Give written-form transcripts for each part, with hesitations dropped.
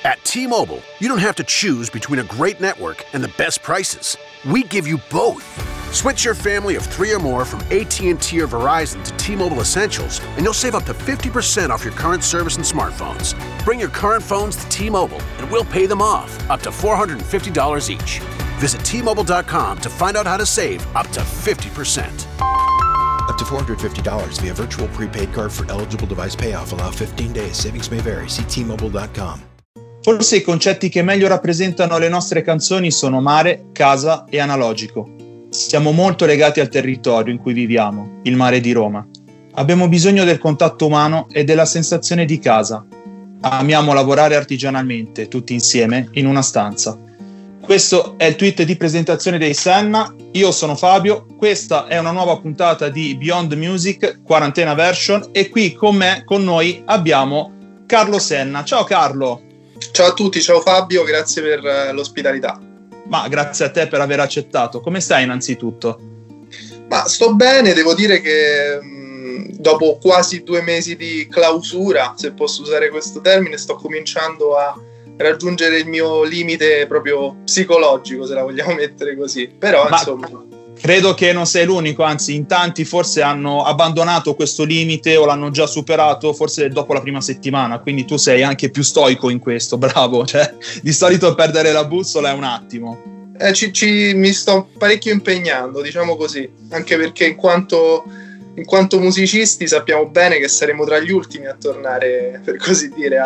At T-Mobile, you don't have to choose between a great network and the best prices. We give you both. Switch your family of 3 or more from AT&T or Verizon to T-Mobile Essentials, and you'll save up to 50% off your current service and smartphones. Bring your current phones to T-Mobile, and we'll pay them off, up to $450 each. Visit T-Mobile.com to find out how to save up to 50%. Up to $450 via virtual prepaid card for eligible device payoff. Allow 15 days. Savings may vary. See T-Mobile.com. Forse i concetti che meglio rappresentano le nostre canzoni sono mare, casa e analogico. Siamo molto legati al territorio in cui viviamo, il mare di Roma. Abbiamo bisogno del contatto umano e della sensazione di casa. Amiamo lavorare artigianalmente, tutti insieme, in una stanza. Questo è il tweet di presentazione dei Senna. Io sono Fabio, questa è una nuova puntata di Beyond Music, quarantena version, e qui con noi abbiamo Carlo Senna. Ciao Carlo! Ciao a tutti, ciao Fabio, grazie per l'ospitalità. Ma grazie a te per aver accettato. Come stai innanzitutto? Ma sto bene, devo dire che dopo quasi 2 mesi di clausura, se posso usare questo termine, sto cominciando a raggiungere il mio limite proprio psicologico, se la vogliamo mettere così. Però insomma, credo che non sei l'unico, anzi in tanti forse hanno abbandonato questo limite o l'hanno già superato forse dopo la prima settimana, quindi tu sei anche più stoico in questo, bravo, cioè di solito perdere la bussola è un attimo. Mi sto parecchio impegnando, diciamo così, anche perché in quanto musicisti sappiamo bene che saremo tra gli ultimi a tornare, per così dire,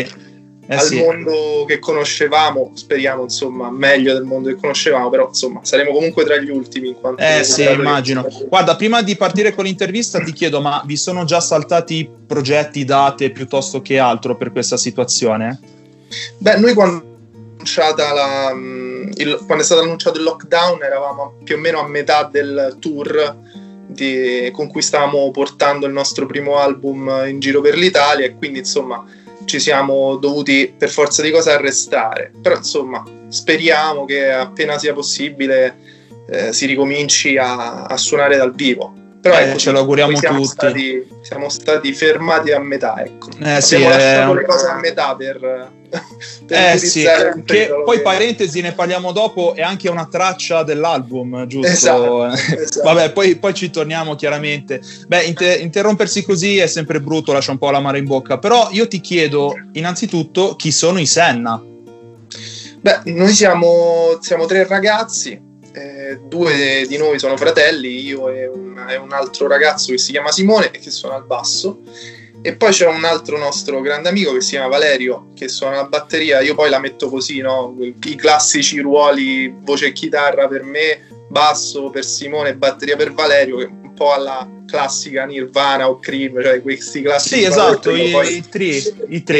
al mondo che conoscevamo, speriamo insomma meglio del mondo che conoscevamo, però insomma saremo comunque tra gli ultimi in quanto immagino. Guarda, prima di partire con l'intervista ti chiedo, ma vi sono già saltati progetti, date piuttosto che altro per questa situazione? Beh, noi quando è stato annunciato il lockdown eravamo più o meno a metà del tour con cui stavamo portando il nostro primo album in giro per l'Italia, e quindi insomma ci siamo dovuti per forza di cose arrestare, però insomma speriamo che appena sia possibile si ricominci a suonare dal vivo. Però ecco, ce lo auguriamo tutti. Siamo stati fermati a metà, ecco. Abbiamo lasciato le cose a metà per che poi parentesi, ne parliamo dopo, è anche una traccia dell'album, giusto? Esatto. Vabbè, poi ci torniamo chiaramente. Beh, interrompersi così è sempre brutto, lascia un po' l'amaro in bocca, però io ti chiedo innanzitutto chi sono i Senna. Beh, noi siamo 3 ragazzi. 2 di noi sono fratelli, io e un altro ragazzo che si chiama Simone, che suona il basso, e poi c'è un altro nostro grande amico che si chiama Valerio, che suona la batteria. Io poi la metto così, no? I classici ruoli voce e chitarra per me, basso per Simone, batteria per Valerio, che un po' alla classica Nirvana o Cream, cioè questi classici. Sì, esatto, i tre.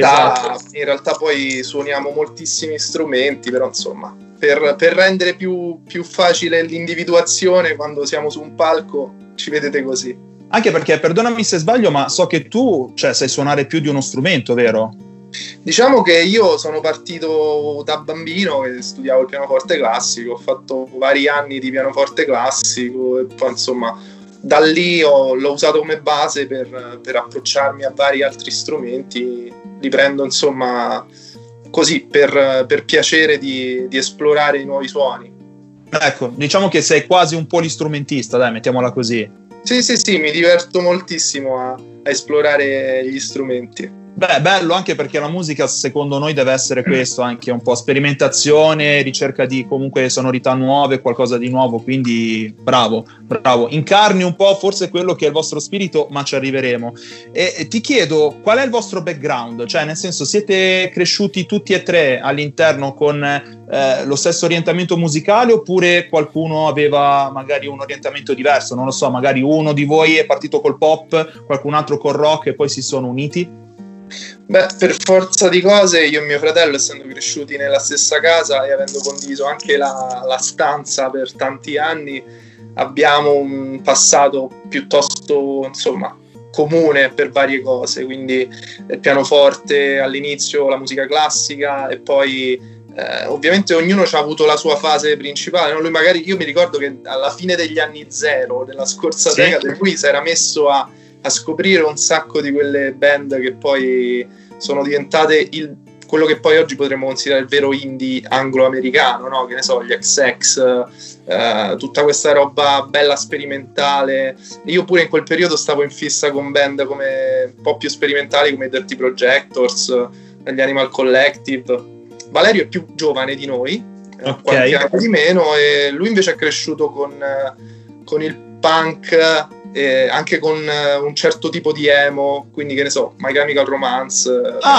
In realtà poi suoniamo moltissimi strumenti, però insomma per rendere più facile l'individuazione, quando siamo su un palco ci vedete così. Anche perché, perdonami se sbaglio, ma so che tu sai suonare più di uno strumento, vero? Diciamo che io sono partito da bambino che studiavo il pianoforte classico, ho fatto vari anni di pianoforte classico e poi insomma da lì l'ho usato come base per approcciarmi a vari altri strumenti. Li prendo insomma così per piacere di esplorare i nuovi suoni. Ecco, diciamo che sei quasi un polistrumentista, dai, mettiamola così. Sì, mi diverto moltissimo a esplorare gli strumenti. Beh, bello, anche perché la musica secondo noi deve essere questo, anche un po' sperimentazione, ricerca di comunque sonorità nuove, qualcosa di nuovo, quindi bravo, incarni un po' forse quello che è il vostro spirito, ma ci arriveremo. E ti chiedo, qual è il vostro background? Cioè, nel senso, siete cresciuti tutti e 3 all'interno con lo stesso orientamento musicale, oppure qualcuno aveva magari un orientamento diverso? Non lo so, magari uno di voi è partito col pop, qualcun altro col rock e poi si sono uniti? Beh, per forza di cose io e mio fratello, essendo cresciuti nella stessa casa e avendo condiviso anche la stanza per tanti anni, abbiamo un passato piuttosto insomma comune per varie cose, quindi il pianoforte all'inizio, la musica classica, e poi ovviamente ognuno ha avuto la sua fase principale, no? Lui magari, io mi ricordo che alla fine degli anni 0 della scorsa decade lui si era messo a scoprire un sacco di quelle band che poi sono diventate quello che poi oggi potremmo considerare il vero indie anglo-americano, no? Che ne so, gli XX, tutta questa roba bella sperimentale. Io pure in quel periodo stavo in fissa con band come un po' più sperimentali come i Dirty Projectors, gli Animal Collective. Valerio è più giovane di noi, qualche anno di meno, e lui invece è cresciuto con il punk, anche con un certo tipo di emo, quindi che ne so, My Chemical Romance.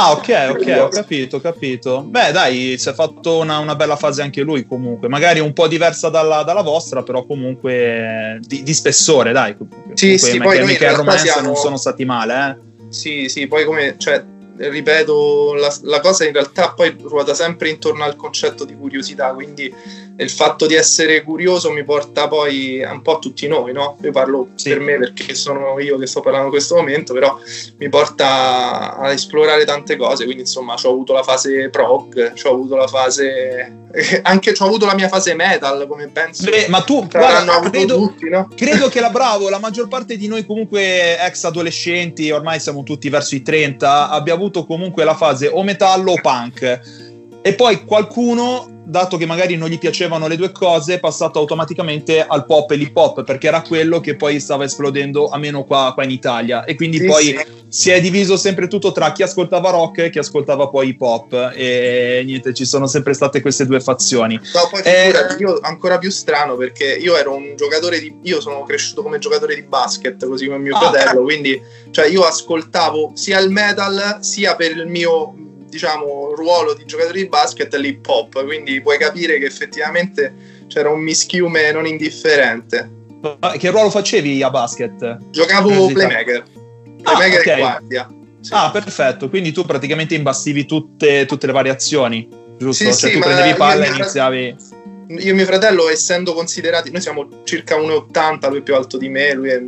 Ok, ho capito. Beh, dai, si è fatto una bella fase anche lui, comunque, magari un po' diversa dalla vostra, però comunque di spessore, dai. Sì, poi noi in realtà Romance non sono stati male, Sì, poi come, cioè, ripeto, la cosa in realtà poi ruota sempre intorno al concetto di curiosità, quindi il fatto di essere curioso mi porta poi un po' a tutti noi, no? Io parlo per me perché sono io che sto parlando in questo momento, però mi porta a esplorare tante cose, quindi insomma c'ho avuto la fase prog, c'ho avuto la fase anche c'ho avuto la mia fase metal, come penso. Ma tu guarda, tutti, no? Credo che la maggior parte di noi comunque ex adolescenti, ormai siamo tutti verso i 30, abbia avuto comunque la fase o metallo o punk, e poi qualcuno, dato che magari non gli piacevano le due cose, è passato automaticamente al pop e l'hip hop, perché era quello che poi stava esplodendo, a meno qua in Italia, e quindi si è diviso sempre tutto tra chi ascoltava rock e chi ascoltava poi hip hop, e niente, ci sono sempre state queste due fazioni. No, poi io ancora più strano, perché io ero un giocatore io sono cresciuto come giocatore di basket, così come mio fratello, quindi cioè io ascoltavo sia il metal sia per il mio, diciamo, ruolo di giocatore di basket l'hip hop, quindi puoi capire che effettivamente c'era un mischiume non indifferente. Che ruolo facevi a basket? Giocavo playmaker e guardia. Sì. Perfetto, quindi tu praticamente imbastivi tutte le variazioni, giusto? Sì, tu prendevi palla e iniziavi. Io e mio fratello, essendo considerati, noi siamo circa 1,80, lui è più alto di me, lui è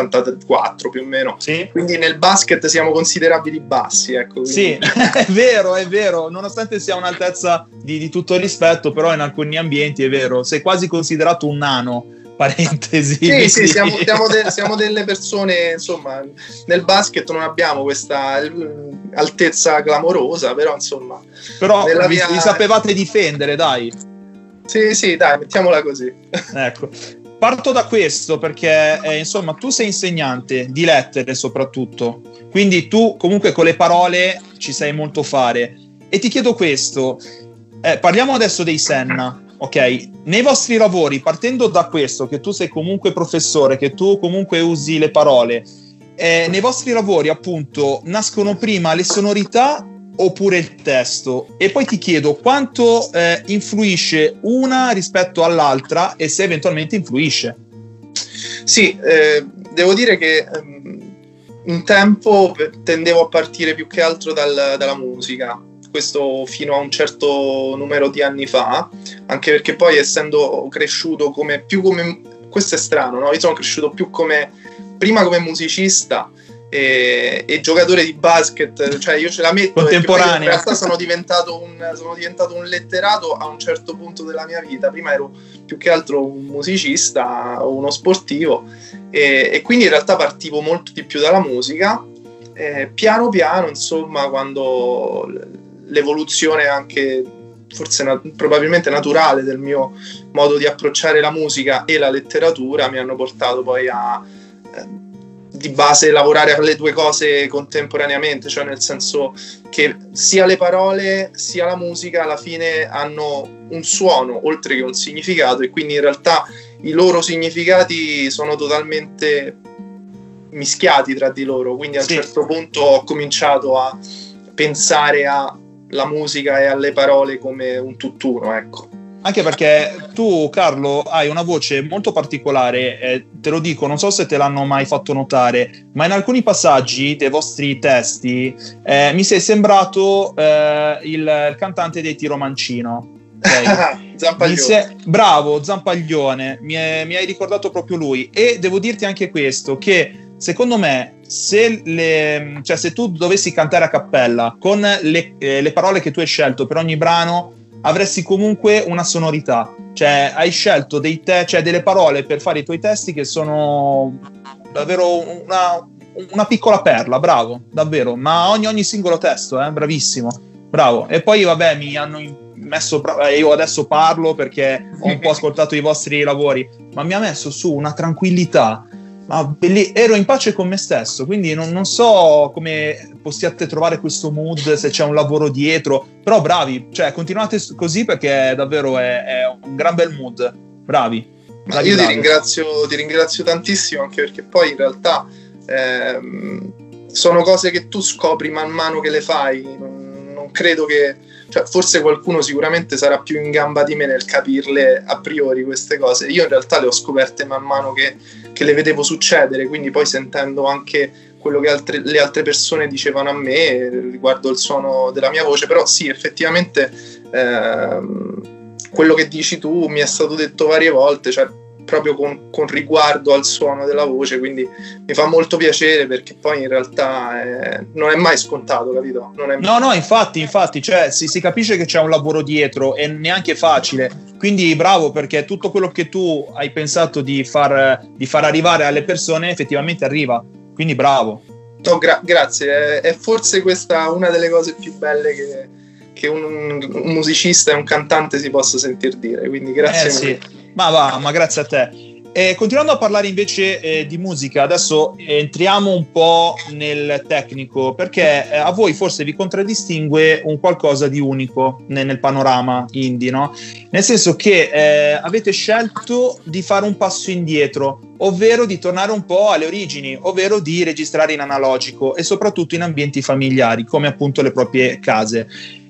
1,84 più o meno, quindi nel basket siamo considerabili bassi, ecco. Quindi. Sì, è vero, nonostante sia un'altezza di tutto rispetto, però in alcuni ambienti è vero, sei quasi considerato un nano, parentesi. Sì, siamo delle persone, insomma, nel basket non abbiamo questa altezza clamorosa, però insomma. Però vi sapevate difendere, dai. Sì, dai, mettiamola così. Ecco, parto da questo perché, insomma, tu sei insegnante di lettere soprattutto, quindi tu comunque con le parole ci sai molto fare. E ti chiedo questo, parliamo adesso dei Senna, ok? Nei vostri lavori, partendo da questo, che tu sei comunque professore, che tu comunque usi le parole, nei vostri lavori appunto nascono prima le sonorità oppure il testo? E poi ti chiedo quanto influisce una rispetto all'altra e se eventualmente influisce. Sì, devo dire che un tempo tendevo a partire più che altro dalla musica, questo fino a un certo numero di anni fa, anche perché poi essendo cresciuto questo è strano, no? Io sono cresciuto prima come musicista e giocatore di basket, cioè io ce la metto contemporanea. In realtà sono diventato un letterato a un certo punto della mia vita. Prima ero più che altro un musicista o uno sportivo, e quindi in realtà partivo molto di più dalla musica. Piano piano, insomma, quando l'evoluzione anche forse probabilmente naturale del mio modo di approcciare la musica e la letteratura mi hanno portato poi a di base lavorare alle due cose contemporaneamente, cioè nel senso che sia le parole sia la musica alla fine hanno un suono oltre che un significato, e quindi in realtà i loro significati sono totalmente mischiati tra di loro, quindi a un certo punto ho cominciato a pensare alla musica e alle parole come un tutt'uno, ecco. Anche perché tu, Carlo, hai una voce molto particolare, te lo dico, non so se te l'hanno mai fatto notare, ma in alcuni passaggi dei vostri testi mi sei sembrato il cantante dei Tiro Mancino. Okay? Zampaglione. Bravo, Zampaglione, mi hai ricordato proprio lui. E devo dirti anche questo, che secondo me se tu dovessi cantare a cappella con le parole che tu hai scelto per ogni brano, avresti comunque una sonorità, cioè hai scelto delle parole per fare i tuoi testi che sono davvero una piccola perla, bravo, davvero, ma ogni singolo testo, bravissimo. bravo. E poi vabbè, mi hanno messo, io adesso parlo perché ho un po' ascoltato i vostri lavori, ma mi ha messo su una tranquillità, ma ero in pace con me stesso, quindi non so come possiate trovare questo mood, se c'è un lavoro dietro, però bravi, cioè continuate così perché davvero è un gran bel mood, bravi. Ma io ti ringrazio tantissimo, anche perché poi in realtà sono cose che tu scopri man mano che le fai, non credo che, cioè, forse qualcuno sicuramente sarà più in gamba di me nel capirle a priori queste cose. Io in realtà le ho scoperte man mano che le vedevo succedere, quindi poi sentendo anche quello che le altre persone dicevano a me riguardo il suono della mia voce. Però sì, effettivamente quello che dici tu mi è stato detto varie volte, cioè proprio con riguardo al suono della voce, quindi mi fa molto piacere, perché poi in realtà non è mai scontato, capito? No, infatti, cioè si capisce che c'è un lavoro dietro e neanche facile, quindi bravo, perché tutto quello che tu hai pensato di far arrivare alle persone effettivamente arriva, quindi bravo. No, grazie, è forse questa una delle cose più belle che un musicista e un cantante si possa sentir dire, quindi grazie. Sì. Ma grazie a te. Continuando a parlare invece di musica, adesso entriamo un po' nel tecnico, perché a voi forse vi contraddistingue un qualcosa di unico nel panorama indie, no? Nel senso che avete scelto di fare un passo indietro, ovvero di tornare un po' alle origini, ovvero di registrare in analogico e soprattutto in ambienti familiari, come appunto le proprie case.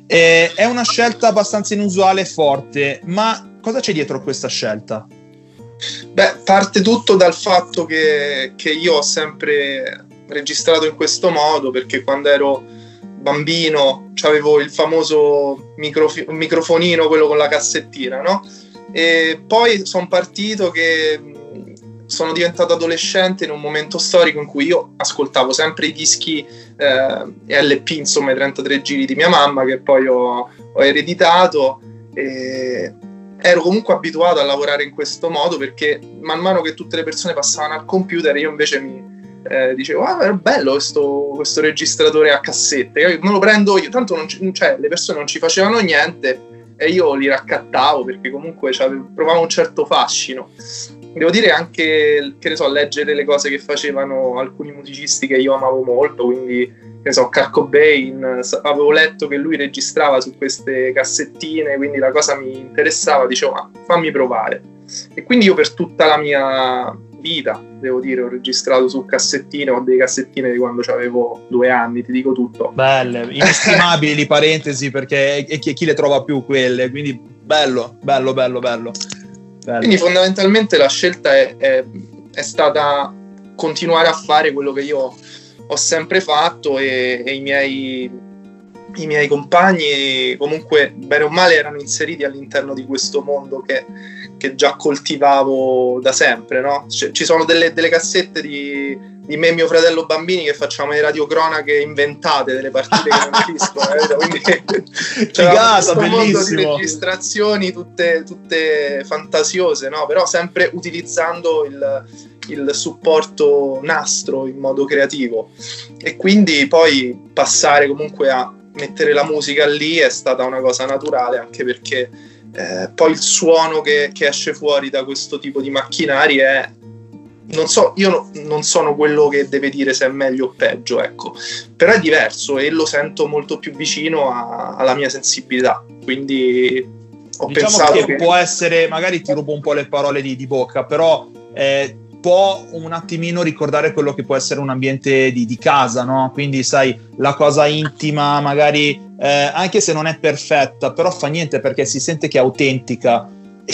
È una scelta abbastanza inusuale e forte, ma cosa c'è dietro questa scelta? Beh, parte tutto dal fatto che io ho sempre registrato in questo modo, perché quando ero bambino c'avevo il famoso microfonino, quello con la cassettina, no? E poi sono partito che sono diventato adolescente in un momento storico in cui io ascoltavo sempre i dischi LP, insomma i 33 giri di mia mamma, che poi ho ereditato, e ero comunque abituato a lavorare in questo modo, perché man mano che tutte le persone passavano al computer io invece mi dicevo è bello questo registratore a cassette, me lo prendo io, tanto le persone non ci facevano niente e io li raccattavo, perché comunque provavo un certo fascino. Devo dire anche, che ne so, leggere le cose che facevano alcuni musicisti che io amavo molto, quindi, che ne so, Kurt Cobain, avevo letto che lui registrava su queste cassettine, quindi la cosa mi interessava, dicevo, fammi provare. E quindi io per tutta la mia vita, devo dire, ho registrato su cassettine, ho delle cassettine di quando avevo 2 anni, ti dico tutto. Belle, inestimabili, parentesi, perché chi le trova più quelle, quindi bello. Quindi fondamentalmente la scelta è stata continuare a fare quello che io ho sempre fatto, e i miei compagni comunque bene o male erano inseriti all'interno di questo mondo che già coltivavo da sempre, no? Ci sono delle cassette di me e mio fratello bambini che facciamo le radiocronache inventate delle partite che non esistono, quindi c'era questo mondo di registrazioni tutte fantasiose, no? Però sempre utilizzando il supporto nastro in modo creativo, e quindi poi passare comunque a mettere la musica lì è stata una cosa naturale, anche perché poi il suono che esce fuori da questo tipo di macchinari è, non so, io non sono quello che deve dire se è meglio o peggio, ecco, però è diverso e lo sento molto più vicino alla mia sensibilità, quindi ho pensato che può essere, magari ti rubo un po' le parole di bocca, però può un attimino ricordare quello che può essere un ambiente di casa, no? Quindi sai, la cosa intima magari anche se non è perfetta, però fa niente perché si sente che è autentica.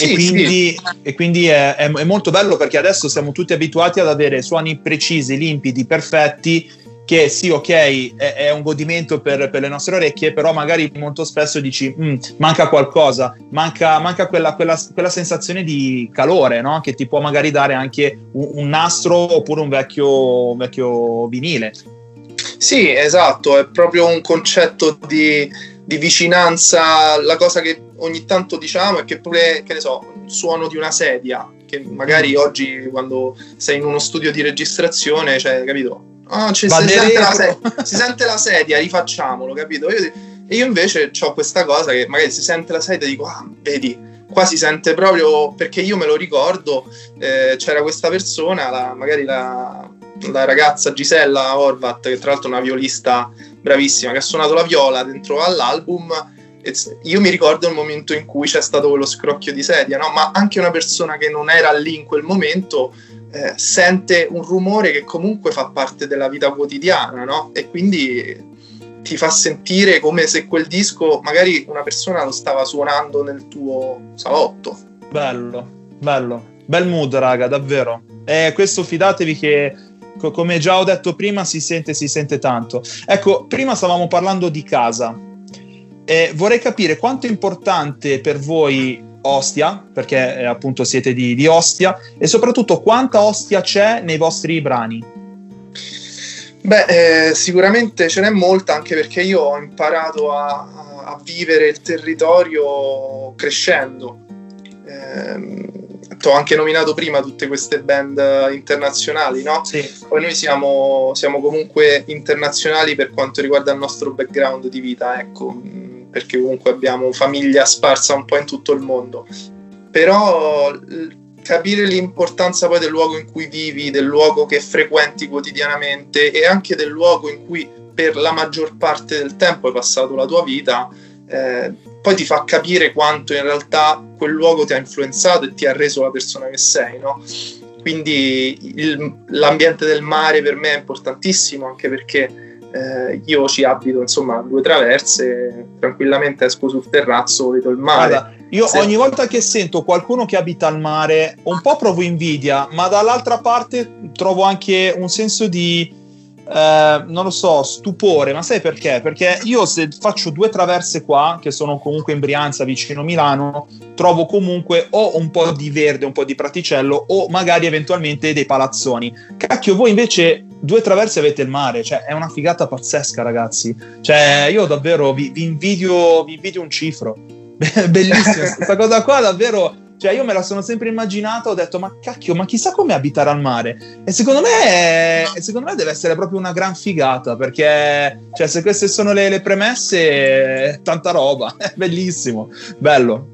E quindi è molto bello, perché adesso siamo tutti abituati ad avere suoni precisi, limpidi, perfetti, che sì, ok, è un godimento per le nostre orecchie, però magari molto spesso dici manca qualcosa, manca quella sensazione di calore, no? Che ti può magari dare anche un nastro oppure un vecchio vinile. Sì, esatto, è proprio un concetto di vicinanza. La cosa che ogni tanto diciamo è che pure, che ne so, il suono di una sedia, che magari oggi quando sei in uno studio di registrazione, cioè, capito? Si sente la sedia, rifacciamolo, capito? E io invece ho questa cosa che magari si sente la sedia e dico, vedi, qua si sente proprio, perché io me lo ricordo, c'era questa persona, magari la ragazza Gisella Horvat, che tra l'altro è una violista bravissima, che ha suonato la viola dentro all'album, e io mi ricordo il momento in cui c'è stato quello scrocchio di sedia, no? Ma anche una persona che non era lì in quel momento sente un rumore che comunque fa parte della vita quotidiana, no? E quindi ti fa sentire come se quel disco magari una persona lo stava suonando nel tuo salotto. Bello, bel mood, raga, davvero. Questo fidatevi che, come già ho detto prima, si sente tanto. Ecco, prima stavamo parlando di casa. Vorrei capire quanto è importante per voi Ostia, perché appunto siete di Ostia, e soprattutto quanta Ostia c'è nei vostri brani. Beh, sicuramente ce n'è molta, anche perché io ho imparato a vivere il territorio crescendo. T'ho anche nominato prima tutte queste band internazionali, no? Sì. Poi noi siamo comunque internazionali per quanto riguarda il nostro background di vita, ecco, perché comunque abbiamo famiglia sparsa un po' in tutto il mondo. Però capire l'importanza poi del luogo in cui vivi, del luogo che frequenti quotidianamente e anche del luogo in cui per la maggior parte del tempo hai passato la tua vita, poi ti fa capire quanto in realtà quel luogo ti ha influenzato e ti ha reso la persona che sei, no? Quindi l'ambiente del mare per me è importantissimo, anche perché io ci abito, insomma, 2 traverse, tranquillamente esco sul terrazzo, vedo il mare. Guarda, io ogni volta che sento qualcuno che abita al mare un po' provo invidia, ma dall'altra parte trovo anche un senso di non lo so, stupore. Ma sai perché? Perché io, se faccio 2 traverse qua, che sono comunque in Brianza vicino Milano, trovo comunque o un po' di verde, un po' di praticello, o magari eventualmente dei palazzoni. Cacchio, voi invece 2 traverse avete il mare, cioè è una figata pazzesca, ragazzi. Cioè io davvero vi invidio un cifro. Bellissima questa cosa qua, davvero. Cioè io me la sono sempre immaginata, ho detto ma cacchio, ma chissà come abitare al mare. E secondo me deve essere proprio una gran figata, perché cioè, se queste sono le premesse, tanta roba. È bellissimo, bello.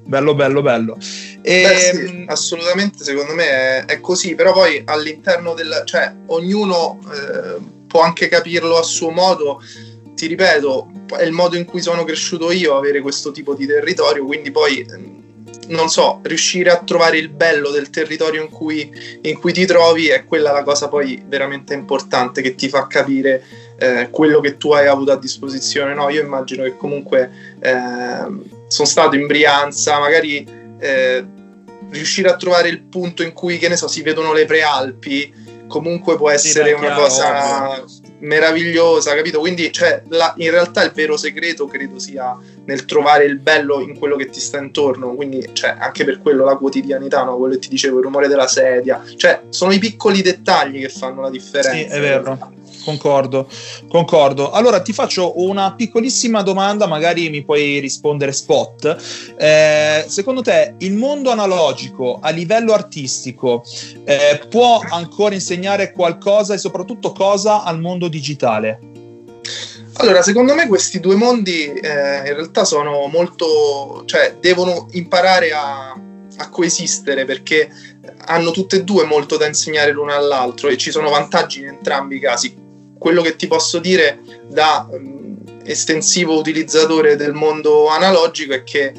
Sì, assolutamente, secondo me è così, però poi all'interno cioè ognuno può anche capirlo a suo modo. Ti ripeto, è il modo in cui sono cresciuto io, avere questo tipo di territorio, quindi poi non so, riuscire a trovare il bello del territorio in cui ti trovi è quella la cosa poi veramente importante, che ti fa capire quello che tu hai avuto a disposizione, no? Io immagino che comunque sono stato in Brianza, magari riuscire a trovare il punto in cui, che ne so, si vedono le prealpi, comunque può essere una cosa meravigliosa, capito? Quindi cioè, in realtà il vero segreto credo sia nel trovare il bello in quello che ti sta intorno, quindi cioè, anche per quello la quotidianità, no? Quello che ti dicevo, il rumore della sedia, cioè sono i piccoli dettagli che fanno la differenza. Sì, è vero, concordo. Allora ti faccio una piccolissima domanda, magari mi puoi rispondere spot. Secondo te il mondo analogico a livello artistico può ancora insegnare qualcosa, e soprattutto cosa, al mondo digitale? Allora, secondo me questi 2 mondi in realtà sono molto, cioè devono imparare a coesistere, perché hanno tutte e 2 molto da insegnare l'uno all'altro e ci sono vantaggi in entrambi i casi. Quello che ti posso dire da estensivo utilizzatore del mondo analogico è che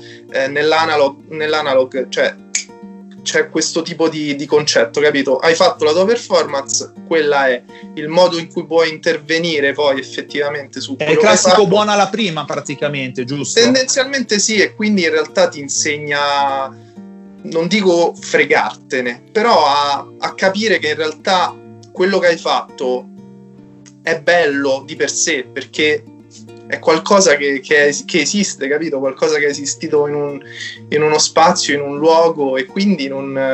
nell'analog cioè c'è questo tipo di concetto, capito? Hai fatto la tua performance, quella è il modo in cui puoi intervenire poi effettivamente su quello che hai fatto. È il classico buona alla prima, praticamente, giusto? Tendenzialmente sì, e quindi in realtà ti insegna, non dico fregartene, però a capire che in realtà quello che hai fatto è bello di per sé, perché è qualcosa che esiste, capito? Qualcosa che è esistito in uno spazio, in un luogo, e quindi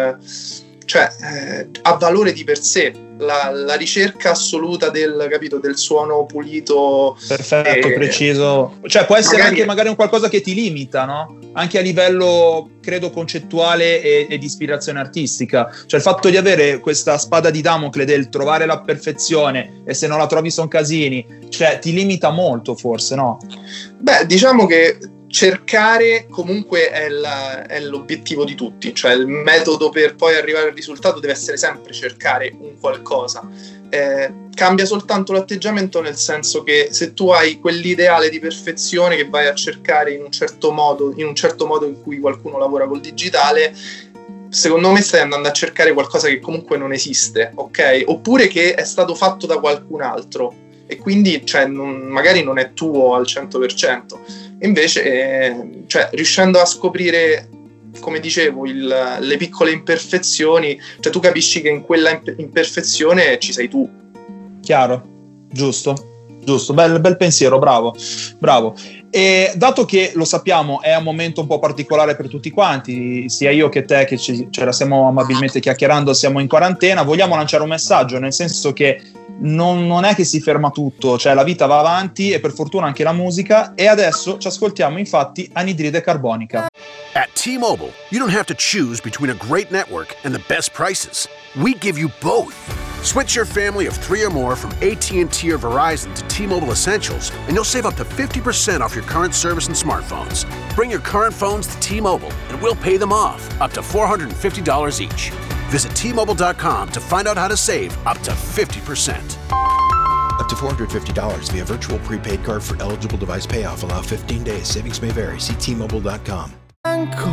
ha valore di per sé. La ricerca assoluta del suono pulito, perfetto, preciso, cioè può essere magari un qualcosa che ti limita, no? anche a livello, credo, concettuale e di ispirazione artistica. Cioè il fatto di avere questa spada di Damocle del trovare la perfezione e se non la trovi son casini, cioè ti limita molto forse, no? Beh, diciamo che cercare comunque è l'obiettivo di tutti, cioè il metodo per poi arrivare al risultato deve essere sempre cercare un qualcosa. Cambia soltanto l'atteggiamento, nel senso che se tu hai quell'ideale di perfezione che vai a cercare in un certo modo in cui qualcuno lavora col digitale, secondo me stai andando a cercare qualcosa che comunque non esiste, ok? Oppure che è stato fatto da qualcun altro e quindi magari non è tuo al 100%. Invece, riuscendo a scoprire, come dicevo, le piccole imperfezioni, cioè tu capisci che in quella imperfezione ci sei tu. Chiaro, giusto, bel pensiero, bravo. E dato che lo sappiamo è un momento un po' particolare per tutti quanti, sia io che te che ce la stiamo amabilmente chiacchierando, siamo in quarantena, vogliamo lanciare un messaggio, nel senso che non è che si ferma tutto, cioè la vita va avanti e per fortuna anche la musica, e adesso ci ascoltiamo infatti Anidride Carbonica. At T-Mobile, you don't have to choose between a great network and the best prices. We give you both. Switch your family of 3 or more from AT&T or Verizon to T-Mobile Essentials, and you'll save up to 50% off your current service and smartphones. Bring your current phones to T-Mobile, and we'll pay them off, up to $450 each. Visit T-Mobile.com to find out how to save up to 50%. Up to $450 via virtual prepaid card for eligible device payoff. Allow 15 days. Savings may vary. See T-Mobile.com. Bianco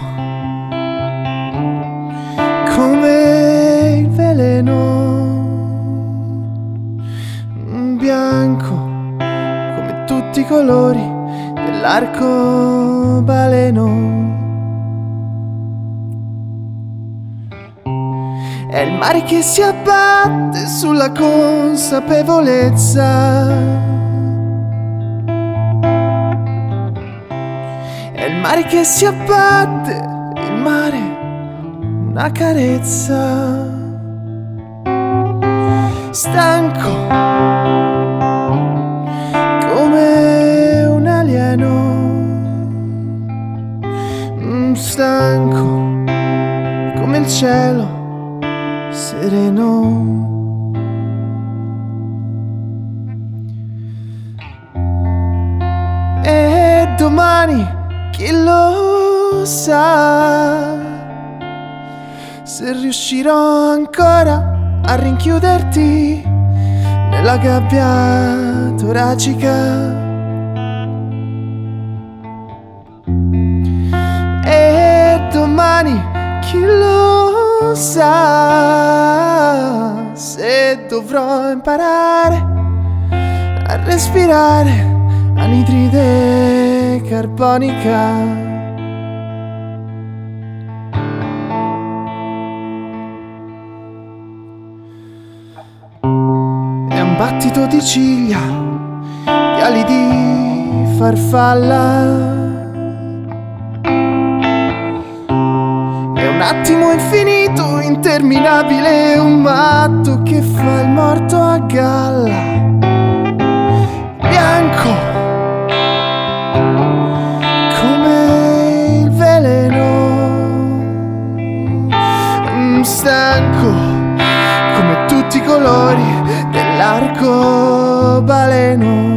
come il veleno, bianco come tutti i colori dell'arcobaleno. È il mare che si abbatte sulla consapevolezza. È il mare che si abbatte, il mare, una carezza. Stanco come un alieno, stanco come il cielo sereno. E domani chi lo sa se riuscirò ancora a rinchiuderti nella gabbia toracica. E domani chi lo sa se dovrò imparare a respirare anidride carbonica. È un battito di ciglia, di ali di farfalla. È un attimo infinito, interminabile, un matto che fa il morto a galla. Bianco come il veleno, stanco come tutti i colori dell'arcobaleno.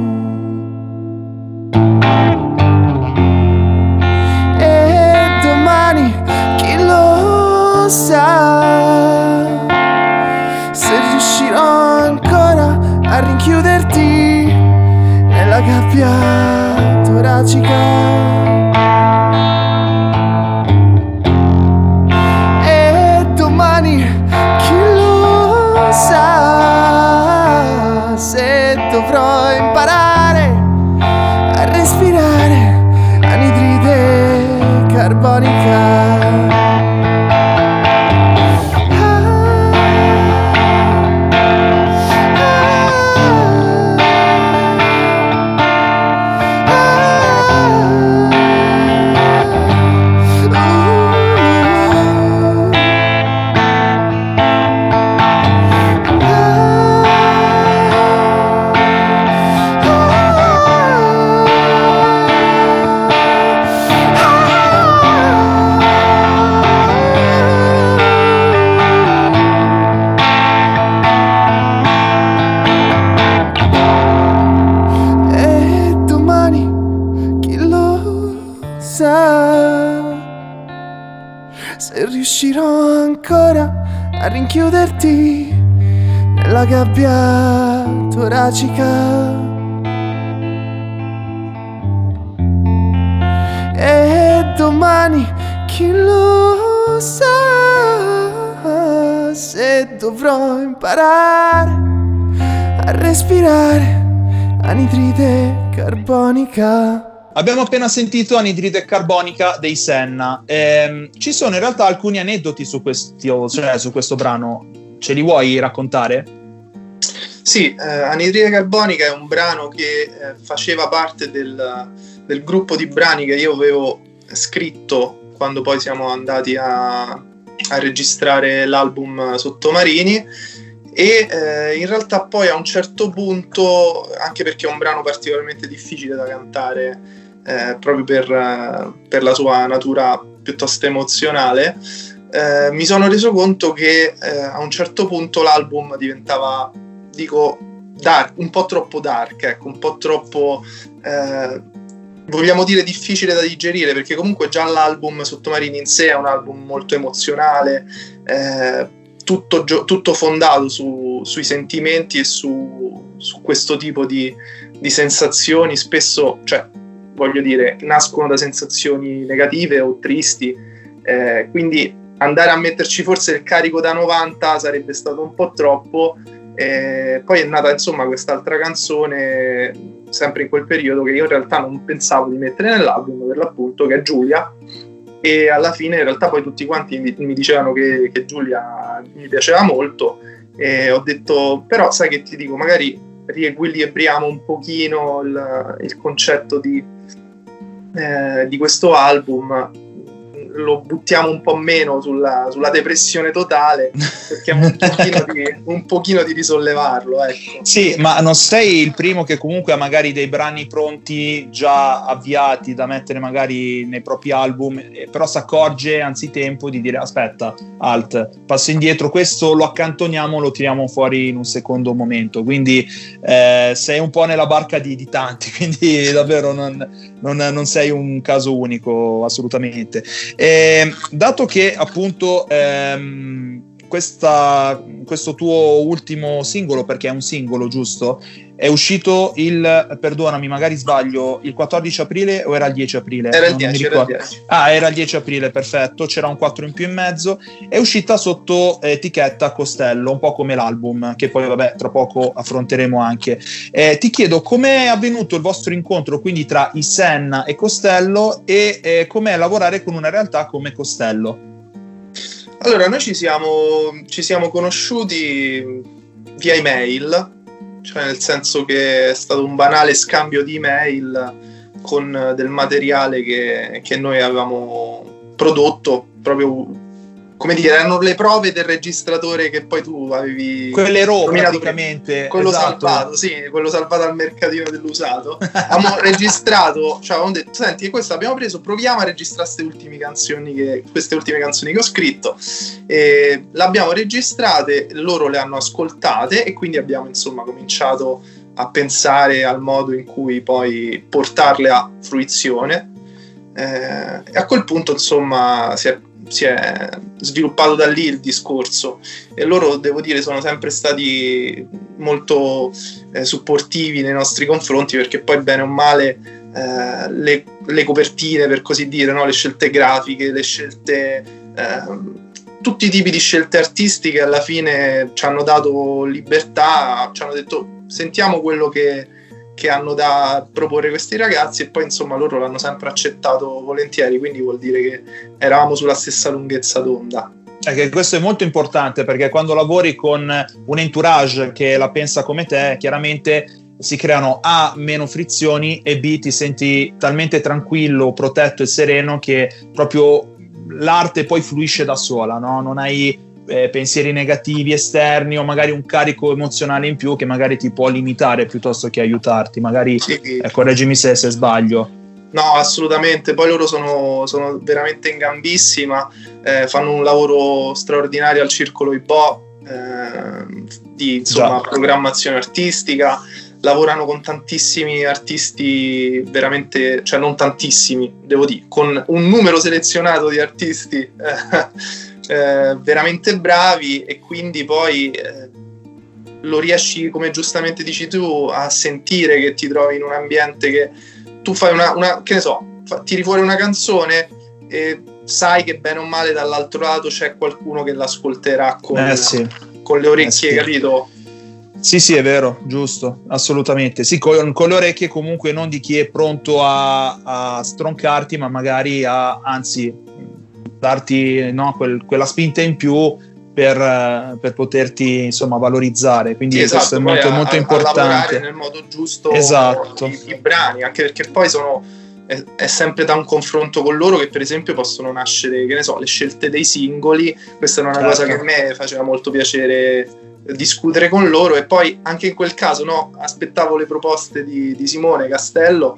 E domani chi lo sa se riuscirò ancora a rinchiuderti nella gabbia toracica. E domani chi lo sa se dovrò sa se riuscirò ancora a rinchiuderti nella gabbia toracica. E domani chi lo sa se dovrò imparare a respirare anidride carbonica. Abbiamo appena sentito Anidride carbonica dei Senna. Ci sono in realtà alcuni aneddoti su questo brano. Ce li vuoi raccontare? Sì, Anidride carbonica è un brano che faceva parte del gruppo di brani che io avevo scritto quando poi siamo andati a registrare l'album Sottomarini, e in realtà poi a un certo punto, anche perché è un brano particolarmente difficile da cantare proprio per la sua natura piuttosto emozionale, mi sono reso conto che a un certo punto l'album diventava, dark, un po' troppo dark, ecco, un po' troppo vogliamo dire difficile da digerire, perché comunque già l'album Sottomarini in sé è un album molto emozionale, tutto fondato sui sentimenti e su questo tipo di sensazioni. Spesso, cioè, voglio dire, nascono da sensazioni negative o tristi, quindi andare a metterci forse il carico da 90 sarebbe stato un po' troppo. Poi è nata insomma quest'altra canzone sempre in quel periodo che io in realtà non pensavo di mettere nell'album, per l'appunto, che è Giulia, e alla fine in realtà poi tutti quanti mi dicevano che Giulia mi piaceva molto, e ho detto però sai che ti dico, magari riequilibriamo un pochino il concetto di questo album, lo buttiamo un po' meno sulla depressione totale, cerchiamo un pochino di risollevarlo, ecco. Sì, ma non sei il primo che comunque ha magari dei brani pronti già avviati da mettere magari nei propri album, però si accorge anzitempo di dire aspetta, alt, passo indietro, questo lo accantoniamo, lo tiriamo fuori in un secondo momento. Quindi sei un po' nella barca di tanti, quindi davvero non sei un caso unico, assolutamente. Dato che appunto questo tuo ultimo singolo, perché è un singolo, giusto? È uscito perdonami, magari sbaglio, il 14 aprile o era il 10 aprile? Era il 10. Ah, era il 10 aprile, perfetto, c'era un 4 in più in mezzo. È uscita sotto etichetta Costello, un po' come l'album, che poi vabbè tra poco affronteremo anche. Ti chiedo com'è avvenuto il vostro incontro quindi tra i Senna e Costello, e com'è lavorare con una realtà come Costello? Allora, noi ci siamo conosciuti via email, cioè nel senso che è stato un banale scambio di email con del materiale che noi avevamo prodotto, proprio, come dire, erano le prove del registratore che poi tu avevi, quelle RAW praticamente, quello esatto. salvato, sì, quello salvato al mercatino dell'usato. Abbiamo registrato, cioè avevamo detto senti, questo abbiamo preso, proviamo a registrare queste ultime canzoni che ho scritto, e l'abbiamo registrate, loro le hanno ascoltate e quindi abbiamo insomma cominciato a pensare al modo in cui poi portarle a fruizione, e a quel punto insomma si è sviluppato da lì il discorso, e loro, devo dire, sono sempre stati molto supportivi nei nostri confronti, perché poi bene o male le copertine, per così dire, no? Le scelte grafiche, le scelte, tutti i tipi di scelte artistiche alla fine ci hanno dato libertà, ci hanno detto sentiamo quello che hanno da proporre questi ragazzi, e poi insomma loro l'hanno sempre accettato volentieri, quindi vuol dire che eravamo sulla stessa lunghezza d'onda. Che questo è molto importante, perché quando lavori con un entourage che la pensa come te, chiaramente si creano A, meno frizioni, e B, ti senti talmente tranquillo, protetto e sereno che proprio l'arte poi fluisce da sola, no? Non hai pensieri negativi esterni o magari un carico emozionale in più che magari ti può limitare piuttosto che aiutarti, magari sì. Correggimi se sbaglio. No, assolutamente, poi loro sono veramente in gambissima, fanno un lavoro straordinario al Circolo IBO, di insomma programmazione artistica, lavorano con tantissimi artisti, veramente, cioè non tantissimi, devo dire, con un numero selezionato di artisti veramente bravi, e quindi poi lo riesci, come giustamente dici tu, a sentire che ti trovi in un ambiente che tu fai una che ne so, tiri fuori una canzone e sai che bene o male dall'altro lato c'è qualcuno che l'ascolterà con le orecchie, capito? Sì, è vero, giusto, assolutamente. Sì, con le orecchie comunque, non di chi è pronto a stroncarti, ma magari anzi darti, no, quella spinta in più per poterti, insomma, valorizzare. Quindi sì, questo è molto, molto importante. A lavorare nel modo giusto, esatto, i brani, anche perché poi è sempre da un confronto con loro che per esempio possono nascere, che ne so, le scelte dei singoli. Questa è una cosa che a me faceva molto piacere discutere con loro, e poi anche in quel caso, no, aspettavo le proposte di Simone Castello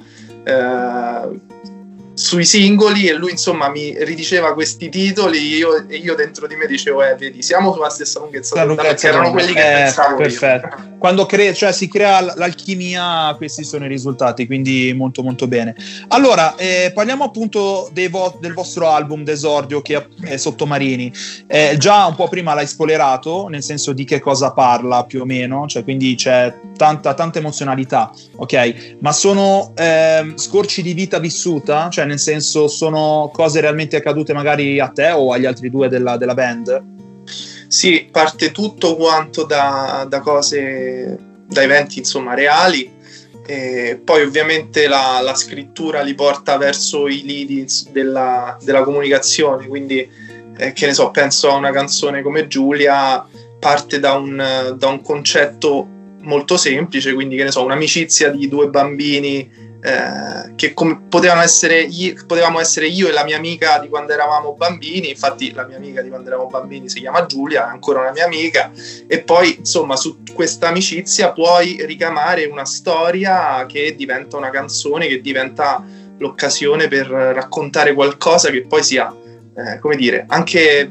sui singoli, e lui insomma mi ridiceva questi titoli, e io dentro di me dicevo vedi, siamo sulla stessa lunghezza d'onda, perché erano quelli che pensavo perfetto. Io. Quando si crea l'alchimia, questi sono i risultati, quindi molto molto bene. Allora parliamo appunto del vostro album d'esordio, che è Sottomarini. Già un po' prima l'hai spoilerato, nel senso di che cosa parla più o meno, cioè quindi c'è tanta emozionalità, ok? Ma sono scorci di vita vissuta, cioè nel senso sono cose realmente accadute magari a te o agli altri due della band? Sì, parte tutto quanto da cose, da eventi insomma reali, e poi ovviamente la scrittura li porta verso i lidi della comunicazione, quindi che ne so, penso a una canzone come Giulia, parte da un concetto molto semplice, quindi che ne so, un'amicizia di due bambini che potevamo essere io e la mia amica di quando eravamo bambini. Infatti la mia amica di quando eravamo bambini si chiama Giulia, è ancora una mia amica, e poi insomma su questa amicizia puoi ricamare una storia che diventa una canzone, che diventa l'occasione per raccontare qualcosa che poi sia come dire, anche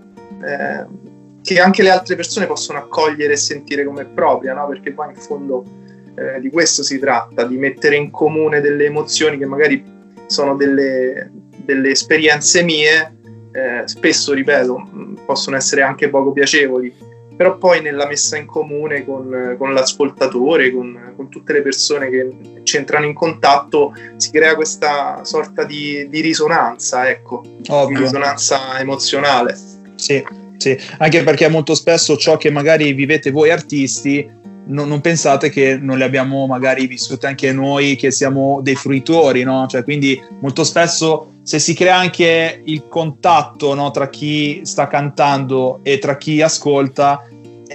che anche le altre persone possono accogliere e sentire come propria, no? Perché poi in fondo di questo si tratta, di mettere in comune delle emozioni che magari sono delle esperienze mie, spesso, ripeto, possono essere anche poco piacevoli, però poi nella messa in comune con l'ascoltatore, con tutte le persone che ci entrano in contatto, si crea questa sorta di risonanza, ecco, di risonanza emozionale. Sì, anche perché molto spesso ciò che magari vivete voi artisti non pensate che non le abbiamo magari vissute anche noi, che siamo dei fruitori, no? Cioè, quindi molto spesso, se si crea anche il contatto, no, tra chi sta cantando e tra chi ascolta,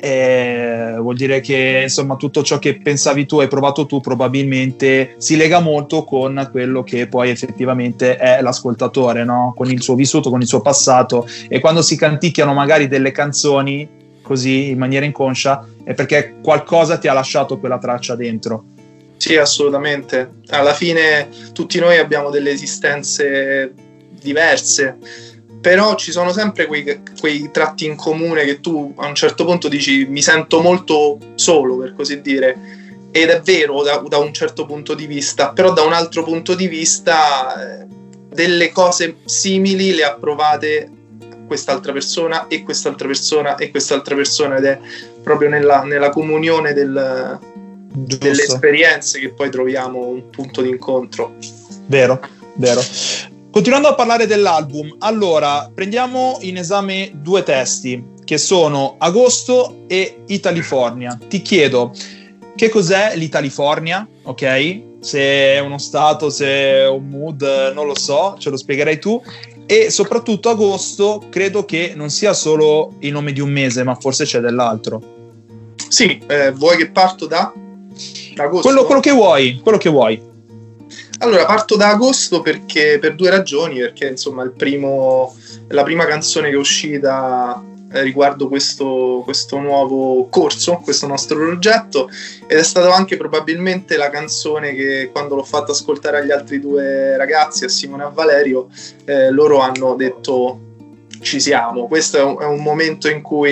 vuol dire che insomma tutto ciò che pensavi tu, hai provato tu, probabilmente si lega molto con quello che poi effettivamente è l'ascoltatore, no? Con il suo vissuto, con il suo passato, e quando si canticchiano magari delle canzoni così in maniera inconscia è perché qualcosa ti ha lasciato quella traccia dentro. Sì, assolutamente. Alla fine tutti noi abbiamo delle esistenze diverse, però ci sono sempre quei tratti in comune che tu a un certo punto dici mi sento molto solo, per così dire, ed è vero da un certo punto di vista, però da un altro punto di vista delle cose simili le ha provate quest'altra persona e quest'altra persona e quest'altra persona, ed è proprio nella comunione delle esperienze che poi troviamo un punto di incontro. Vero. Continuando a parlare dell'album, allora prendiamo in esame due testi che sono Agosto e Italifornia. Ti chiedo che cos'è l'Italifornia, ok? Se è uno stato, se è un mood, non lo so, ce lo spiegherai tu. E soprattutto Agosto credo che non sia solo il nome di un mese, ma forse c'è dell'altro. Sì, vuoi che parto da agosto? Quello che vuoi. Allora, parto da Agosto perché per due ragioni, perché insomma la prima canzone che è uscita riguardo questo nuovo corso, questo nostro progetto, ed è stato anche probabilmente la canzone che quando l'ho fatta ascoltare agli altri due ragazzi, a Simone e a Valerio, loro hanno detto ci siamo. Questo è un momento in cui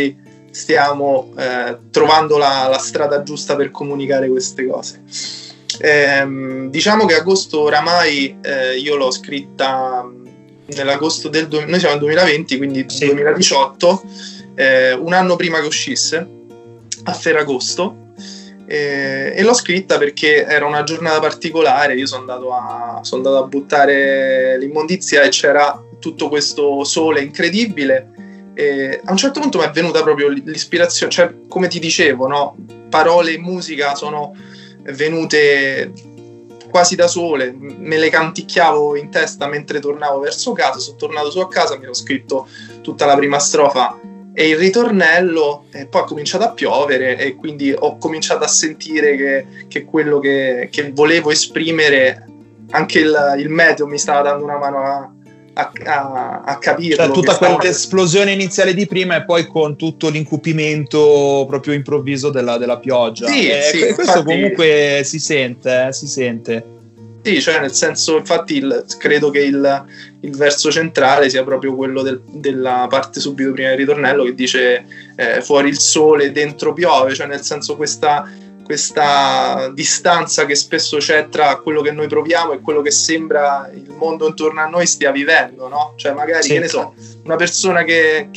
stiamo trovando la strada giusta per comunicare queste cose. Diciamo che agosto oramai io l'ho scritta nell'agosto noi siamo nel 2020, quindi 2018, un anno prima che uscisse, a Ferragosto, e l'ho scritta perché era una giornata particolare. Io sono andato a buttare l'immondizia e c'era tutto questo sole incredibile, e a un certo punto mi è venuta proprio l'ispirazione, cioè, come ti dicevo, no? Parole e musica sono venute quasi da sole, me le canticchiavo in testa mentre tornavo verso casa. Sono tornato su a casa, mi ero scritto tutta la prima strofa e il ritornello, e poi ha cominciato a piovere e quindi ho cominciato a sentire che quello che volevo esprimere, anche il meteo mi stava dando una mano a capirlo. Cioè, tutta quella esplosione iniziale di prima e poi con tutto l'incupimento proprio improvviso della pioggia. Sì, questo infatti, comunque si sente. Sì, cioè nel senso, infatti credo che il verso centrale sia proprio quello della parte subito prima del ritornello, che dice fuori il sole, dentro piove, cioè nel senso questa distanza che spesso c'è tra quello che noi proviamo e quello che sembra il mondo intorno a noi stia vivendo, no? Cioè magari, che ne so, una persona che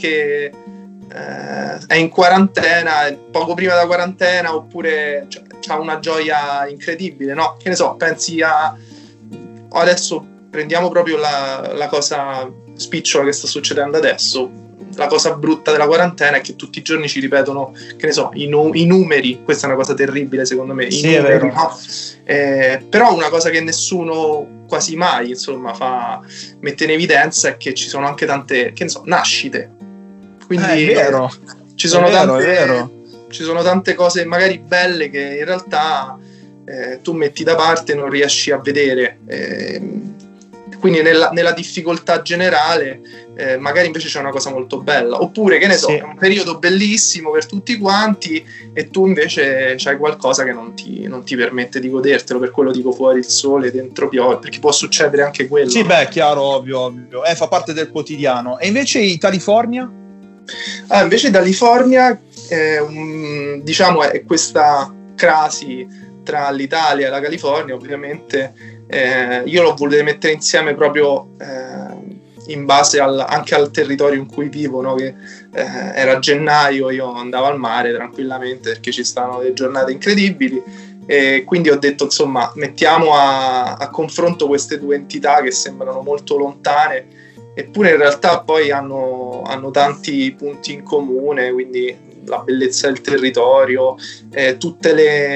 è in quarantena, poco prima della quarantena, oppure ha una gioia incredibile, no? Che ne so, pensi adesso prendiamo proprio la cosa spicciola che sta succedendo adesso. La cosa brutta della quarantena è che tutti i giorni ci ripetono, che ne so, i numeri. Questa è una cosa terribile secondo me, i numeri, no? Però una cosa che nessuno quasi mai, insomma, mette in evidenza è che ci sono anche tante, che ne so, nascite. Quindi è vero. Ci sono tante cose magari belle che in realtà tu metti da parte e non riesci a vedere. Quindi nella difficoltà generale magari invece c'è una cosa molto bella, oppure, che ne so, è un periodo bellissimo per tutti quanti e tu invece c'hai qualcosa che non ti permette di godertelo. Per quello dico fuori il sole, dentro piove, perché può succedere anche quello. Sì, beh, chiaro, ovvio. Fa parte del quotidiano. E invece in California? Invece California diciamo è questa crasi tra l'Italia e la California, ovviamente. Io l'ho voluto mettere insieme proprio in base anche al territorio in cui vivo, no? Che era gennaio, io andavo al mare tranquillamente perché ci stavano delle giornate incredibili, e quindi ho detto, insomma, mettiamo a confronto queste due entità che sembrano molto lontane, eppure in realtà poi hanno tanti punti in comune, quindi la bellezza del territorio, tutte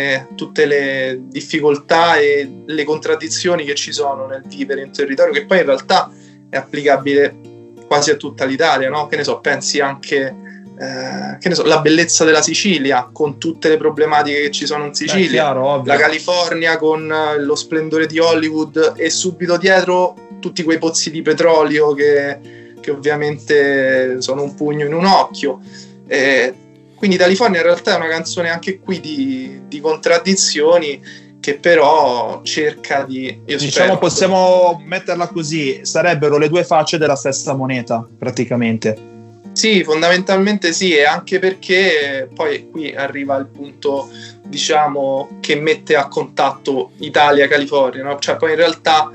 le difficoltà e le contraddizioni che ci sono nel vivere in territorio, che poi in realtà è applicabile quasi a tutta l'Italia, no? Che ne so, pensi anche che ne so, la bellezza della Sicilia con tutte le problematiche che ci sono in Sicilia, chiaro, la California con lo splendore di Hollywood e subito dietro tutti quei pozzi di petrolio che ovviamente sono un pugno in un occhio. Quindi California in realtà è una canzone anche qui di contraddizioni, che però cerca di... Diciamo, possiamo metterla così, sarebbero le due facce della stessa moneta, praticamente. Sì, fondamentalmente sì, e anche perché poi qui arriva il punto, diciamo, che mette a contatto Italia e California, no? Cioè poi in realtà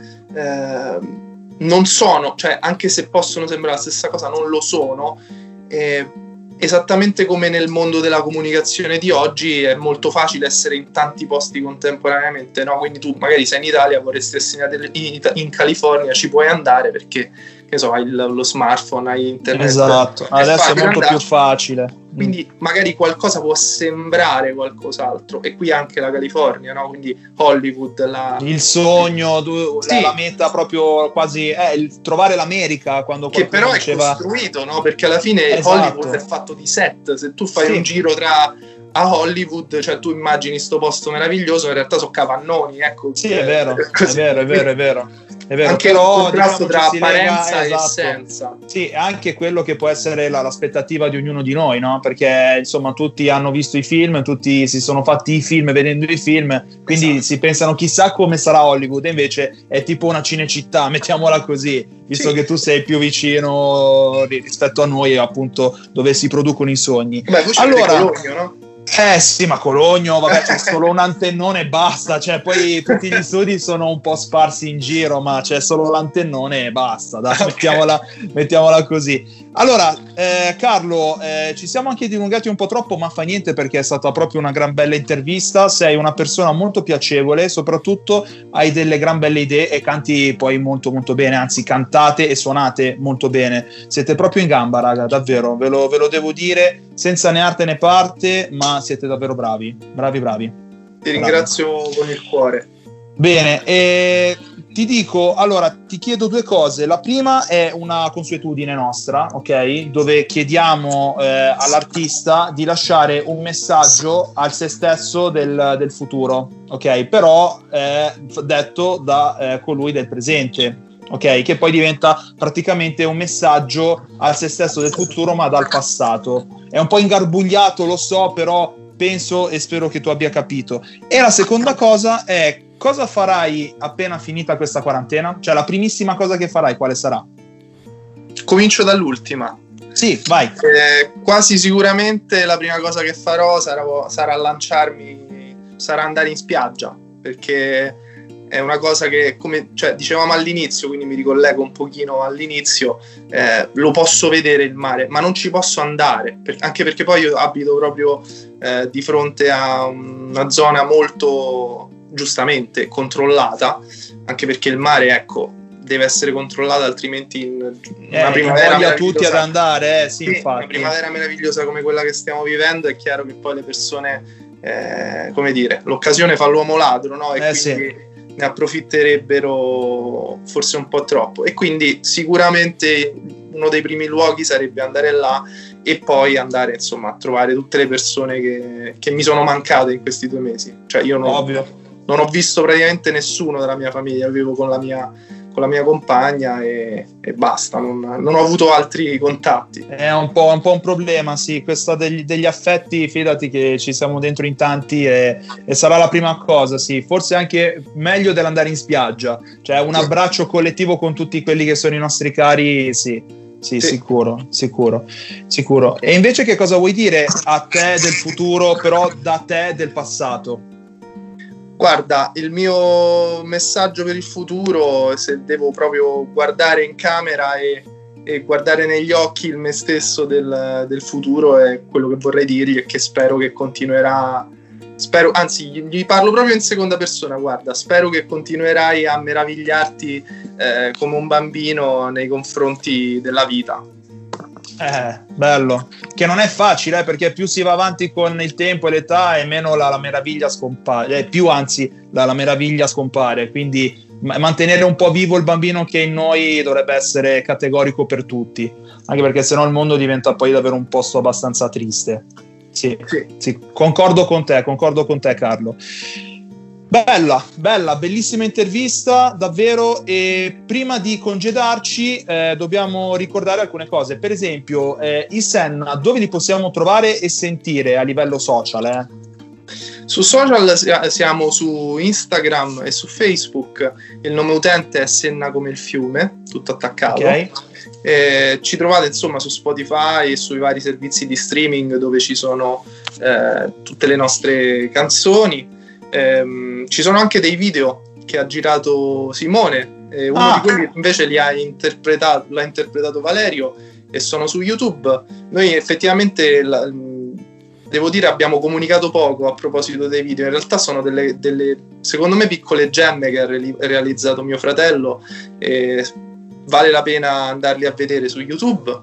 non sono, cioè anche se possono sembrare la stessa cosa, non lo sono. Esattamente come nel mondo della comunicazione di oggi è molto facile essere in tanti posti contemporaneamente, no? Quindi tu magari sei in Italia, vorresti essere in California, ci puoi andare perché, che so, hai lo smartphone, hai internet. Esatto, adesso è molto più facile. Quindi magari qualcosa può sembrare qualcos'altro, e qui anche la California, no? Quindi Hollywood, il sogno, la meta proprio quasi il trovare l'America, quando che però è costruito, no? Perché alla fine, esatto, Hollywood è fatto di set. Se tu fai un giro tra a Hollywood, cioè tu immagini sto posto meraviglioso, in realtà sono capannoni, ecco. Sì, è vero, è vero. Anche però, il contrasto tra lega, apparenza e esatto, essenza. Sì, anche quello che può essere l'aspettativa di ognuno di noi, no? Perché insomma tutti hanno visto i film, tutti si sono fatti i film vedendo i film, quindi esatto, si pensano chissà come sarà Hollywood, e invece è tipo una cinecittà, mettiamola così, visto sì, che tu sei più vicino rispetto a noi, appunto, dove si producono i sogni. Beh, voi allora, Cologno, no? Sì, ma Cologno, vabbè, c'è solo un antennone e basta, cioè poi tutti gli studi sono un po' sparsi in giro, ma c'è solo l'antennone e basta, dai, okay. mettiamola così. Allora, Carlo, ci siamo anche dilungati un po' troppo, ma fa niente perché è stata proprio una gran bella intervista, sei una persona molto piacevole, soprattutto hai delle gran belle idee e canti poi molto molto bene, anzi cantate e suonate molto bene, siete proprio in gamba, raga, davvero, ve lo devo dire, senza né arte né parte, ma siete davvero bravi. Ti ringrazio con il cuore. Bene, ti dico, allora ti chiedo due cose. La prima è una consuetudine nostra, ok? Dove chiediamo all'artista di lasciare un messaggio al se stesso del futuro, ok? Però detto da colui del presente, ok? Che poi diventa praticamente un messaggio al se stesso del futuro, ma dal passato. È un po' ingarbugliato, lo so, però penso e spero che tu abbia capito. E la seconda cosa è: cosa farai appena finita questa quarantena? Cioè, la primissima cosa che farai quale sarà? Comincio dall'ultima. Sì, vai. Quasi sicuramente la prima cosa che farò sarà lanciarmi, sarà andare in spiaggia, perché è una cosa che, come dicevamo all'inizio, quindi mi ricollego un pochino all'inizio, lo posso vedere il mare, ma non ci posso andare, anche perché poi io abito proprio di fronte a una zona molto, giustamente, controllata, anche perché il mare, ecco, deve essere controllato, altrimenti una primavera voglia tutti ad andare, sì, infatti. Una primavera meravigliosa come quella che stiamo vivendo, è chiaro che poi le persone, come dire, l'occasione fa l'uomo ladro, no? E quindi sì, ne approfitterebbe forse un po' troppo, e quindi sicuramente uno dei primi luoghi sarebbe andare là e poi andare, insomma, a trovare tutte le persone che mi sono mancate in questi 2 mesi. Cioè io non ho visto praticamente nessuno della mia famiglia, vivevo con la mia compagna e basta, non ho avuto altri contatti. È un po' un problema, sì, questa degli affetti, fidati che ci siamo dentro in tanti e sarà la prima cosa, sì, forse anche meglio dell'andare in spiaggia, cioè un abbraccio collettivo con tutti quelli che sono i nostri cari, sì. Sicuro. E invece che cosa vuoi dire a te del futuro, però da te del passato? Guarda, il mio messaggio per il futuro, se devo proprio guardare in camera e guardare negli occhi il me stesso del futuro, è quello che vorrei dirgli, e che spero che continuerà, anzi gli parlo proprio in seconda persona, guarda, spero che continuerai a meravigliarti come un bambino nei confronti della vita. Bello, che non è facile, perché più si va avanti con il tempo e l'età e meno la meraviglia scompare, più anzi la meraviglia scompare, quindi mantenere un po' vivo il bambino che è in noi dovrebbe essere categorico per tutti, anche perché sennò il mondo diventa poi davvero un posto abbastanza triste. Sì, concordo con te Carlo. Bella, bellissima intervista, davvero. E prima di congedarci dobbiamo ricordare alcune cose. Per esempio, i Senna, dove li possiamo trovare e sentire a livello social? Su social siamo su Instagram e su Facebook, il nome utente è Senna come il fiume, tutto attaccato. Okay. Ci trovate insomma su Spotify e sui vari servizi di streaming dove ci sono tutte le nostre canzoni. Ci sono anche dei video che ha girato Simone, uno di quelli invece l'ha interpretato Valerio, e sono su YouTube. Noi effettivamente devo dire abbiamo comunicato poco a proposito dei video, in realtà sono delle secondo me piccole gemme che ha realizzato mio fratello, e vale la pena andarli a vedere su YouTube.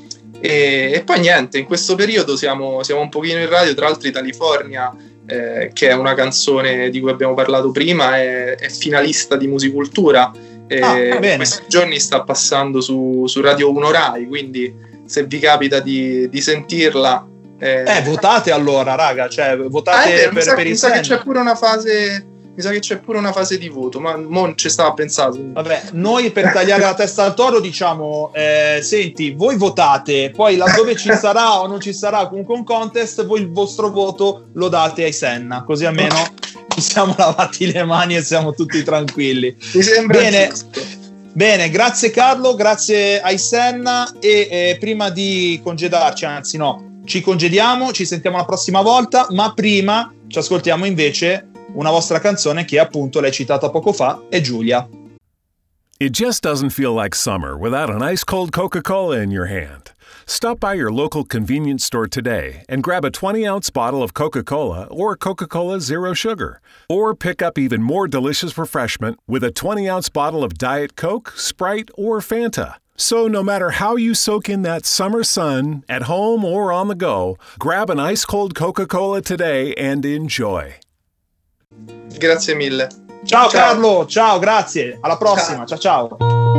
E poi niente, in questo periodo siamo un pochino in radio, tra l'altro California, che è una canzone di cui abbiamo parlato prima, è finalista di Musicultura, in questi giorni sta passando su Radio 1 Rai, quindi se vi capita di sentirla, Votate allora, raga, cioè votate per il mi sa che c'è pure una fase. Mi sa che c'è pure una fase di voto, ma non ci stava pensando. Vabbè, noi per tagliare la testa al toro diciamo, senti, voi votate, poi laddove ci sarà o non ci sarà comunque un contest, voi il vostro voto lo date ai Senna, così almeno ci siamo lavati le mani e siamo tutti tranquilli. Mi sembra bene. Giusto. Bene, grazie Carlo, grazie ai Senna e prima di congedarci, anzi no, ci congediamo, ci sentiamo la prossima volta, ma prima ci ascoltiamo invece una vostra canzone che appunto l'hai citata poco fa, è Giulia. It just doesn't feel like summer without an ice-cold Coca-Cola in your hand. Stop by your local convenience store today and grab a 20-ounce bottle of Coca-Cola or Coca-Cola Zero Sugar. Or pick up even more delicious refreshment with a 20-ounce bottle of Diet Coke, Sprite, or Fanta. So no matter how you soak in that summer sun, at home or on the go, grab an ice-cold Coca-Cola today and enjoy. Grazie mille. Ciao Carlo, ciao, grazie. Alla prossima, ciao.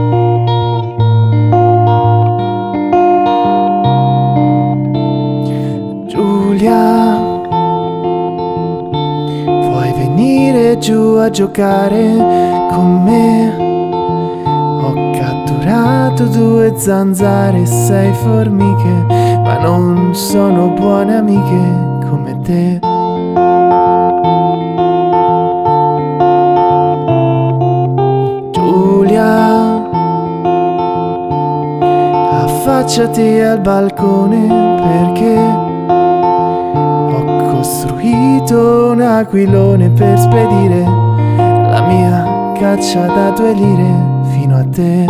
Giulia, vuoi venire giù a giocare con me? Ho catturato 2 zanzare e 6 formiche, ma non sono buone amiche come te. Affacciati al balcone perché ho costruito un aquilone per spedire la mia caccia da 2 lire fino a te.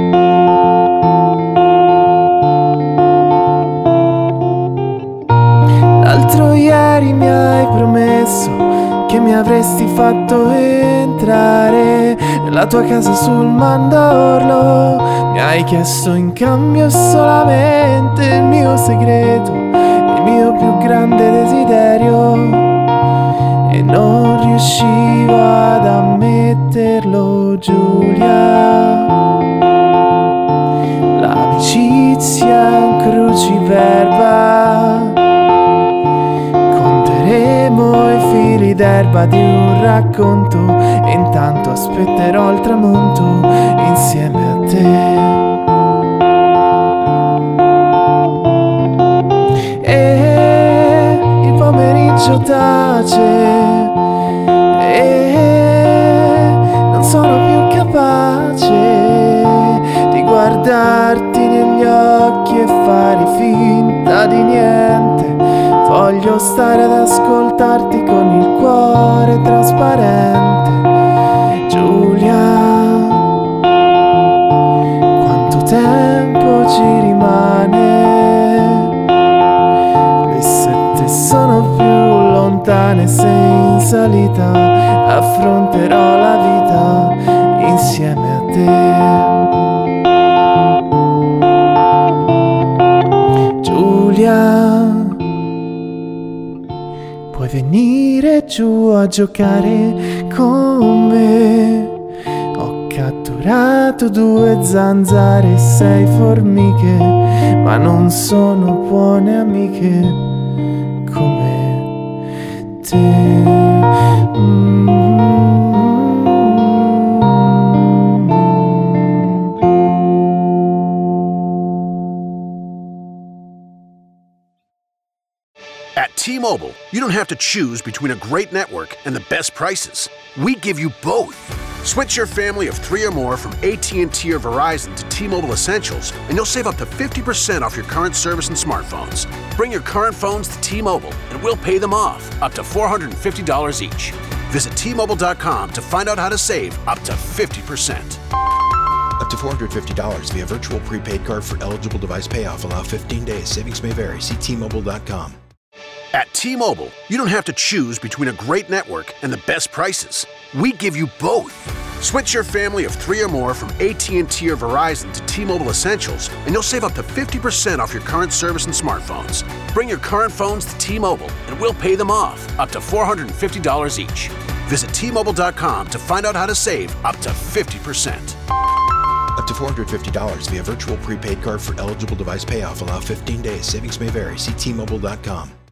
L'altro ieri mi hai promesso che mi avresti fatto entrare nella tua casa sul mandorlo. Mi hai chiesto in cambio solamente il mio segreto, il mio più grande desiderio, e non riuscivo ad ammetterlo, Giulia. L'amicizia è un cruciverba, conteremo i fili d'erba di un racconto e intanto aspetterò il tramonto insieme a te. E il pomeriggio tace e non sono più capace di guardarti negli occhi e fare finta di niente. Voglio stare ad ascoltarti con il cuore trasparente, Giulia. Quanto tempo ci rimane? Le 7 sono più lontane, se in salita affronterò la vita insieme a te, Giulia. Puoi venire giù a giocare con me. Ho catturato 2 zanzare e 6 formiche, ma non sono buone amiche come te. At T-Mobile, you don't have to choose between a great network and the best prices. We give you both. Switch your family of 3 or more from AT&T or Verizon to T-Mobile Essentials, and you'll save up to 50% off your current service and smartphones. Bring your current phones to T-Mobile, and we'll pay them off, up to $450 each. Visit T-Mobile.com to find out how to save up to 50%. Up to $450 via virtual prepaid card for eligible device payoff. Allow 15 days. Savings may vary. See T-Mobile.com. At T-Mobile, you don't have to choose between a great network and the best prices. We give you both. Switch your family of 3 or more from AT&T or Verizon to T-Mobile Essentials, and you'll save up to 50% off your current service and smartphones. Bring your current phones to T-Mobile, and we'll pay them off, up to $450 each. Visit T-Mobile.com to find out how to save up to 50%. Up Up to $450 via virtual prepaid card for eligible device payoff. Allow 15 days. Savings may vary. See T-Mobile.com.